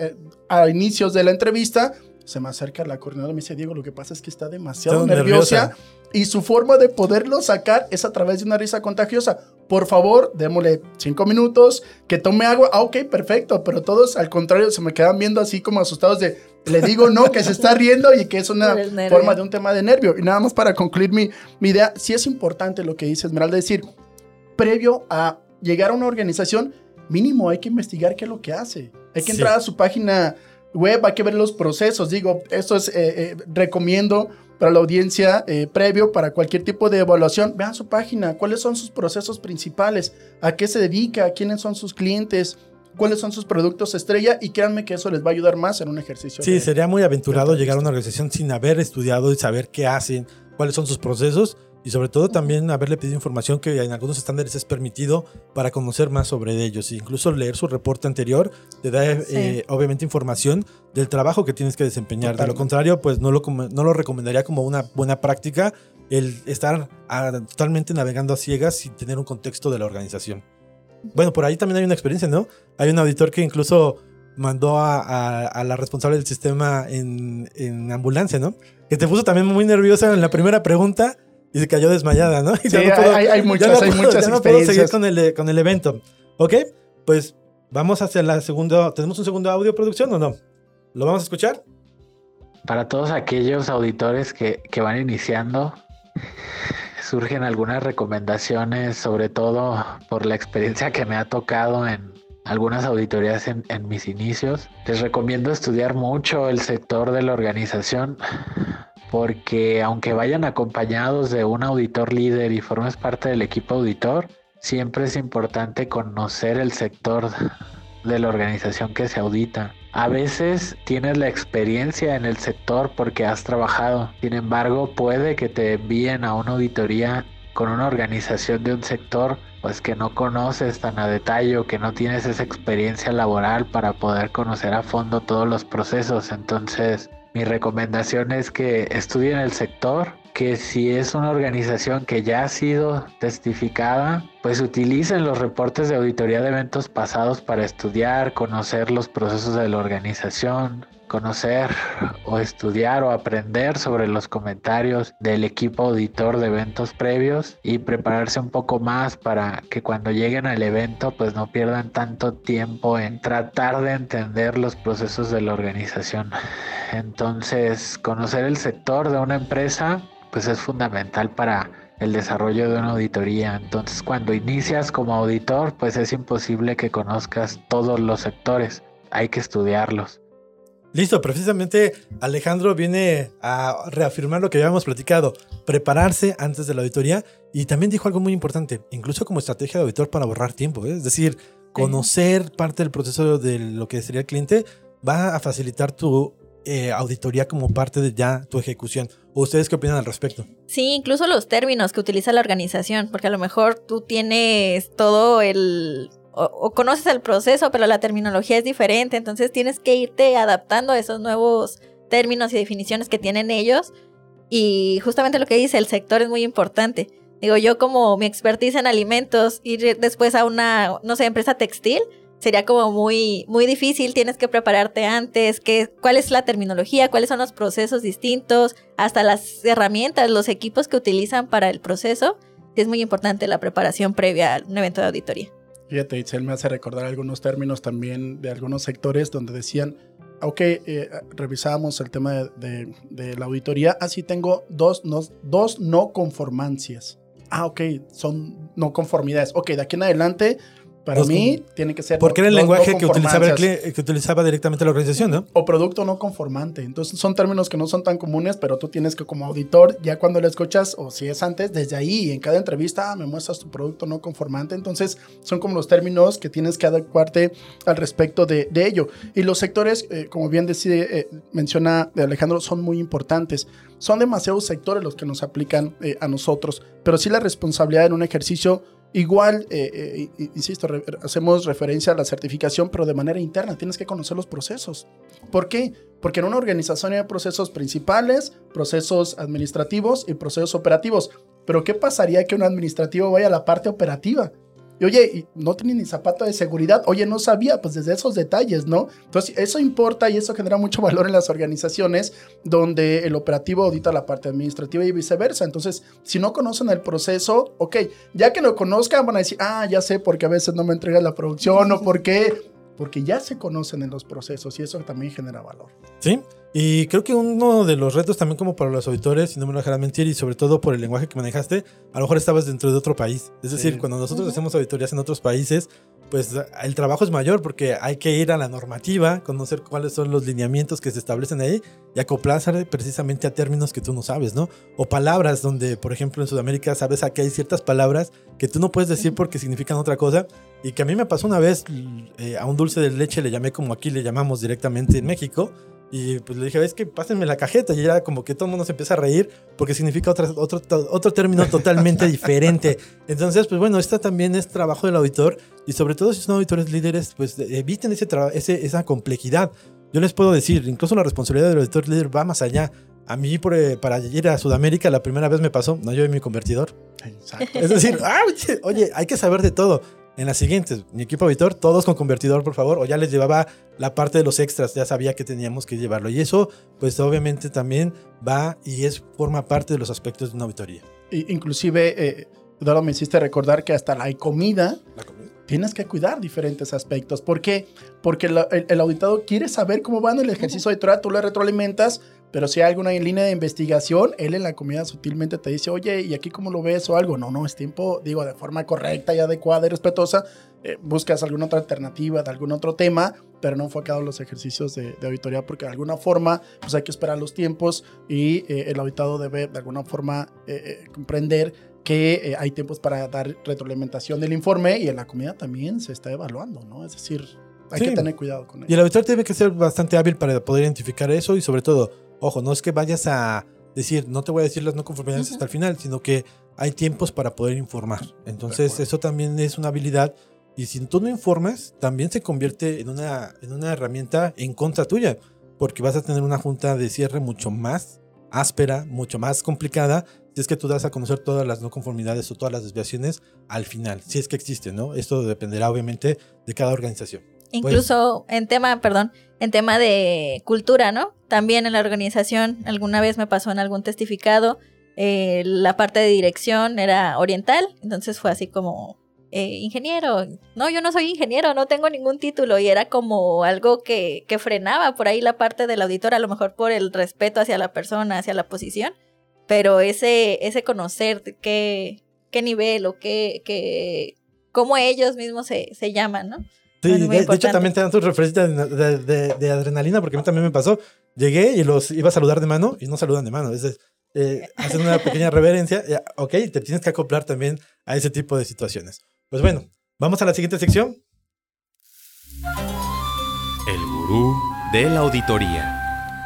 a inicios de la entrevista, se me acerca la coordinadora y me dice, Diego, lo que pasa es que está demasiado nerviosa y su forma de poderlo sacar es a través de una risa contagiosa. Por favor, démosle 5 minutos, que tome agua. Ok, perfecto, pero todos al contrario se me quedan viendo así como asustados de, le digo no, que se está riendo y que es una forma de un tema de nervio. Y nada más para concluir mi idea, sí es importante lo que dice Esmeralda, decir, previo a llegar a una organización, mínimo hay que investigar qué es lo que hace. Hay que entrar a su página web, hay que ver los procesos. Digo, esto es, recomiendo para la audiencia previo para cualquier tipo de evaluación. Vean su página, cuáles son sus procesos principales, a qué se dedica, quiénes son sus clientes, cuáles son sus productos estrella, y créanme que eso les va a ayudar más en un ejercicio. Sí, sería muy aventurado llegar a una organización sin haber estudiado y saber qué hacen, cuáles son sus procesos y sobre todo también haberle pedido información que en algunos estándares es permitido para conocer más sobre ellos. Incluso leer su reporte anterior te da obviamente información del trabajo que tienes que desempeñar. Totalmente. De lo contrario, pues no lo recomendaría como una buena práctica el estar totalmente navegando a ciegas sin tener un contexto de la organización. Bueno, por ahí también hay una experiencia, ¿no? Hay un auditor que incluso mandó a la responsable del sistema en ambulancia, ¿no? Que te puso también muy nerviosa en la primera pregunta y se cayó desmayada, ¿no? Y sí, hay muchas experiencias. No puedo seguir con el evento. ¿Ok? Pues vamos hacia la segunda. ¿Tenemos un segundo audio, producción, o no? ¿Lo vamos a escuchar? Para todos aquellos auditores que van iniciando, surgen algunas recomendaciones, sobre todo por la experiencia que me ha tocado en algunas auditorías en mis inicios. Les recomiendo estudiar mucho el sector de la organización, porque aunque vayan acompañados de un auditor líder y formes parte del equipo auditor, siempre es importante conocer el sector de la organización que se audita. A veces tienes la experiencia en el sector porque has trabajado. Sin embargo, puede que te envíen a una auditoría con una organización de un sector pues que no conoces tan a detalle o que no tienes esa experiencia laboral para poder conocer a fondo todos los procesos. Entonces, mi recomendación es que estudien el sector, que si es una organización que ya ha sido testificada, pues utilicen los reportes de auditoría de eventos pasados para estudiar, conocer los procesos de la organización, conocer o estudiar o aprender sobre los comentarios del equipo auditor de eventos previos y prepararse un poco más para que cuando lleguen al evento pues no pierdan tanto tiempo en tratar de entender los procesos de la organización. Entonces, conocer el sector de una empresa pues es fundamental para el desarrollo de una auditoría. Entonces, cuando inicias como auditor, pues es imposible que conozcas todos los sectores. Hay que estudiarlos. Listo, precisamente Alejandro viene a reafirmar lo que habíamos platicado, prepararse antes de la auditoría, y también dijo algo muy importante, incluso como estrategia de auditor para ahorrar tiempo, es decir, conocer parte del proceso de lo que sería el cliente va a facilitar tu auditoría como parte de ya tu ejecución. ¿Ustedes qué opinan al respecto? Sí, incluso los términos que utiliza la organización, porque a lo mejor tú tienes todo o conoces el proceso, pero la terminología es diferente, entonces tienes que irte adaptando a esos nuevos términos y definiciones que tienen ellos. Y justamente lo que dice, el sector es muy importante. Digo, yo como mi expertise en alimentos, ir después a una, no sé, empresa textil, sería como muy, muy difícil. Tienes que prepararte antes, cuál es la terminología, cuáles son los procesos distintos, hasta las herramientas, los equipos que utilizan para el proceso. Es muy importante la preparación previa a un evento de auditoría. Fíjate, Itzel, me hace recordar algunos términos también de algunos sectores donde decían, ok, revisábamos el tema de la auditoría, así tengo dos no conformancias. Ok, son no conformidades. Ok, de aquí en adelante, para mí, tiene que ser... Porque era el lenguaje que utilizaba directamente la organización, ¿no? O producto no conformante. Entonces, son términos que no son tan comunes, pero tú tienes que, como auditor, ya cuando lo escuchas, o si es antes, desde ahí, en cada entrevista, me muestras tu producto no conformante. Entonces, son como los términos que tienes que adecuarte al respecto de ello. Y los sectores, como bien menciona Alejandro, son muy importantes. Son demasiados sectores los que nos aplican a nosotros, pero sí la responsabilidad en un ejercicio Igual, insisto, hacemos referencia a la certificación, pero de manera interna. Tienes que conocer los procesos. ¿Por qué? Porque en una organización hay procesos principales, procesos administrativos y procesos operativos. Pero ¿qué pasaría que un administrativo vaya a la parte operativa? Y oye, no tiene ni zapato de seguridad. Oye, no sabía, pues desde esos detalles, ¿no? Entonces, eso importa y eso genera mucho valor en las organizaciones donde el operativo audita la parte administrativa y viceversa. Entonces, si no conocen el proceso, ok, ya que lo conozcan van a decir, ya sé por qué a veces no me entregas la producción o por qué. Porque ya se conocen en los procesos y eso también genera valor. Sí, y creo que uno de los retos también como para los auditores, si no me lo dejarás mentir, y sobre todo por el lenguaje que manejaste, a lo mejor estabas dentro de otro país. Es decir, cuando nosotros hacemos auditorías en otros países, pues el trabajo es mayor porque hay que ir a la normativa, conocer cuáles son los lineamientos que se establecen ahí y acoplarse precisamente a términos que tú no sabes, ¿no? O palabras donde, por ejemplo, en Sudamérica sabes que hay ciertas palabras que tú no puedes decir porque significan otra cosa y que a mí me pasó una vez, a un dulce de leche le llamé como aquí le llamamos directamente en México. Y pues le dije, es que pásenme la cajeta. Y era como que todo el mundo se empieza a reír porque significa otro término totalmente diferente. Entonces, pues bueno, esto también es trabajo del auditor. Y sobre todo si son auditores líderes, pues eviten esa complejidad. Yo les puedo decir, incluso la responsabilidad del auditor líder va más allá. A mí, para ir a Sudamérica, la primera vez me pasó, no llevé mi convertidor. Exacto. Es decir, oye, hay que saber de todo. En las siguientes, mi equipo auditor, todos con convertidor, por favor, o ya les llevaba la parte de los extras, ya sabía que teníamos que llevarlo. Y eso, pues obviamente también va y forma parte de los aspectos de una auditoría. Inclusive, Eduardo, me hiciste recordar que hasta la comida tienes que cuidar diferentes aspectos. ¿Por qué? Porque el auditado quiere saber cómo va en el ejercicio editorial, tú le retroalimentas, pero si hay alguna línea de investigación, él en la comida sutilmente te dice, oye, ¿y aquí cómo lo ves o algo? No, es tiempo, digo, de forma correcta y adecuada y respetuosa, buscas alguna otra alternativa de algún otro tema, pero no enfocado en los ejercicios de auditoría, porque de alguna forma, pues hay que esperar los tiempos y el auditado debe de alguna forma comprender que hay tiempos para dar retroalimentación del informe y en la comida también se está evaluando, ¿no? Es decir, hay que tener cuidado con eso. Y el auditor tiene que ser bastante hábil para poder identificar eso y sobre todo, ojo, no es que vayas a decir, no te voy a decir las no conformidades hasta el final, sino que hay tiempos para poder informar. Entonces, eso también es una habilidad y si tú no informas, también se convierte en una herramienta en contra tuya, porque vas a tener una junta de cierre mucho más áspera, mucho más complicada, si es que tú das a conocer todas las no conformidades o todas las desviaciones al final, si es que existen, ¿no? Esto dependerá obviamente de cada organización. Incluso en tema de cultura, ¿no? También en la organización, alguna vez me pasó en algún testificado, la parte de dirección era oriental, entonces fue así como, ingeniero, no, yo no soy ingeniero, no tengo ningún título, y era como algo que frenaba por ahí la parte del auditor, a lo mejor por el respeto hacia la persona, hacia la posición, pero ese conocer qué nivel o cómo ellos mismos se llaman, ¿no? Sí, de hecho también te dan tus referencias de adrenalina, porque a mí también me pasó. Llegué y los iba a saludar de mano y no saludan de mano. Hacen una pequeña reverencia. Ok, te tienes que acoplar también a ese tipo de situaciones. Pues bueno, vamos a la siguiente sección. El gurú de la auditoría.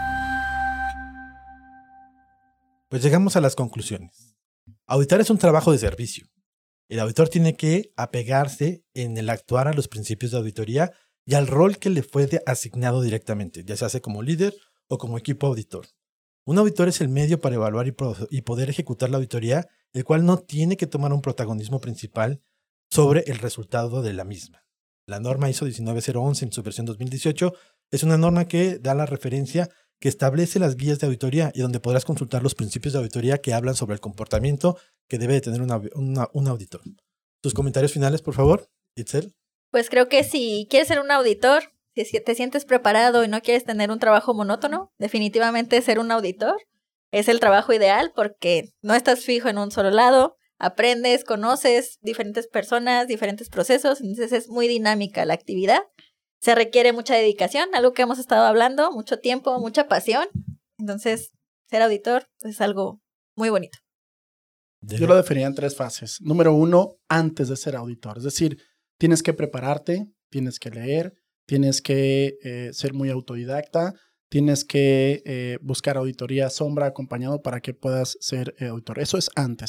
Pues llegamos a las conclusiones. Auditar es un trabajo de servicio. El auditor tiene que apegarse en el actuar a los principios de auditoría y al rol que le fue asignado directamente, ya se hace como líder o como equipo auditor. Un auditor es el medio para evaluar y poder ejecutar la auditoría, el cual no tiene que tomar un protagonismo principal sobre el resultado de la misma. La norma ISO 19011 en su versión 2018 es una norma que da la referencia que establece las guías de auditoría y donde podrás consultar los principios de auditoría que hablan sobre el comportamiento que debe de tener un auditor. Tus comentarios finales, por favor, Itzel. Pues creo que si quieres ser un auditor, si te sientes preparado y no quieres tener un trabajo monótono, definitivamente ser un auditor es el trabajo ideal porque no estás fijo en un solo lado, aprendes, conoces diferentes personas, diferentes procesos, entonces es muy dinámica la actividad. Se requiere mucha dedicación, algo que hemos estado hablando, mucho tiempo, mucha pasión. Entonces, ser auditor es algo muy bonito. Yo lo definiría en 3 fases. Número 1, antes de ser auditor. Es decir, tienes que prepararte, tienes que leer, tienes que ser muy autodidacta, tienes que buscar auditoría sombra acompañado para que puedas ser auditor. Eso es antes.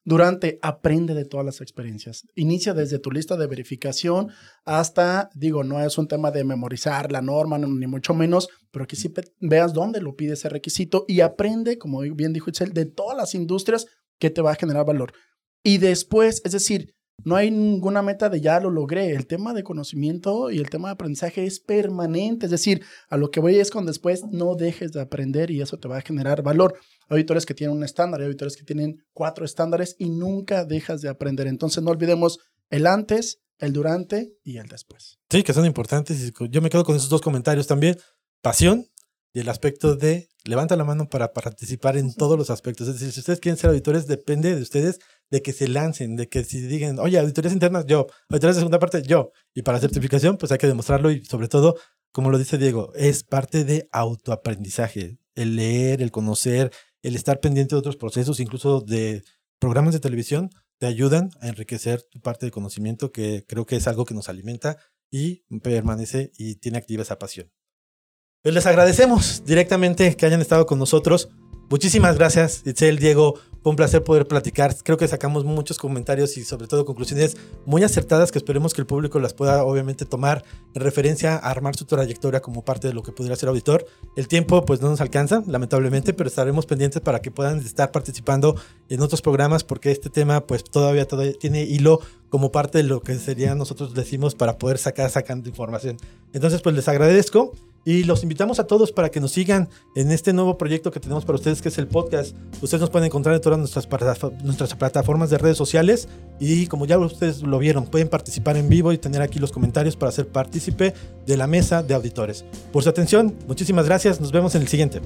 Durante, aprende de todas las experiencias. Inicia desde tu lista de verificación hasta, no es un tema de memorizar la norma, ni mucho menos, pero que sí veas dónde lo pide ese requisito y aprende, como bien dijo Itzel, de todas las industrias que te va a generar valor. Y después, es decir, no hay ninguna meta de ya lo logré. El tema de conocimiento y el tema de aprendizaje es permanente. Es decir, a lo que voy es con después, no dejes de aprender y eso te va a generar valor. Hay auditores que tienen un estándar, hay auditores que tienen 4 estándares y nunca dejas de aprender. Entonces no olvidemos el antes, el durante y el después. Sí, que son importantes. Y yo me quedo con esos 2 comentarios también. Pasión y el aspecto de levanta la mano para participar en todos los aspectos. Es decir, si ustedes quieren ser auditores, depende de ustedes de que se lancen, de que si digan, oye, auditorías internas, yo, auditorías de segunda parte, yo. Y para certificación, pues hay que demostrarlo y sobre todo, como lo dice Diego, es parte de autoaprendizaje. El leer, el conocer, el estar pendiente de otros procesos, incluso de programas de televisión, te ayudan a enriquecer tu parte de conocimiento, que creo que es algo que nos alimenta y permanece y tiene activa esa pasión. Pues les agradecemos directamente que hayan estado con nosotros. Muchísimas gracias, Itzel, Diego. Fue un placer poder platicar. Creo que sacamos muchos comentarios y sobre todo conclusiones muy acertadas que esperemos que el público las pueda obviamente tomar en referencia a armar su trayectoria como parte de lo que pudiera ser auditor. El tiempo pues no nos alcanza, lamentablemente, pero estaremos pendientes para que puedan estar participando en otros programas porque este tema pues todavía tiene hilo como parte de lo que sería nosotros decimos para poder sacando información. Entonces pues les agradezco. Y los invitamos a todos para que nos sigan en este nuevo proyecto que tenemos para ustedes, que es el podcast. Ustedes nos pueden encontrar en todas nuestras plataformas de redes sociales. Y como ya ustedes lo vieron, pueden participar en vivo y tener aquí los comentarios para ser partícipe de la mesa de auditores. Por su atención, muchísimas gracias. Nos vemos en el siguiente.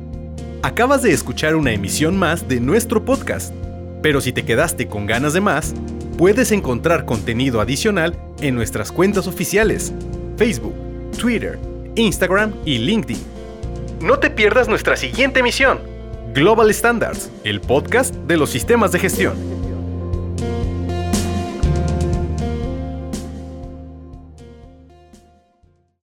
Acabas de escuchar una emisión más de nuestro podcast. Pero si te quedaste con ganas de más, puedes encontrar contenido adicional en nuestras cuentas oficiales: Facebook, Twitter, Instagram y LinkedIn. No te pierdas nuestra siguiente emisión, Global Standards, el podcast de los sistemas de gestión.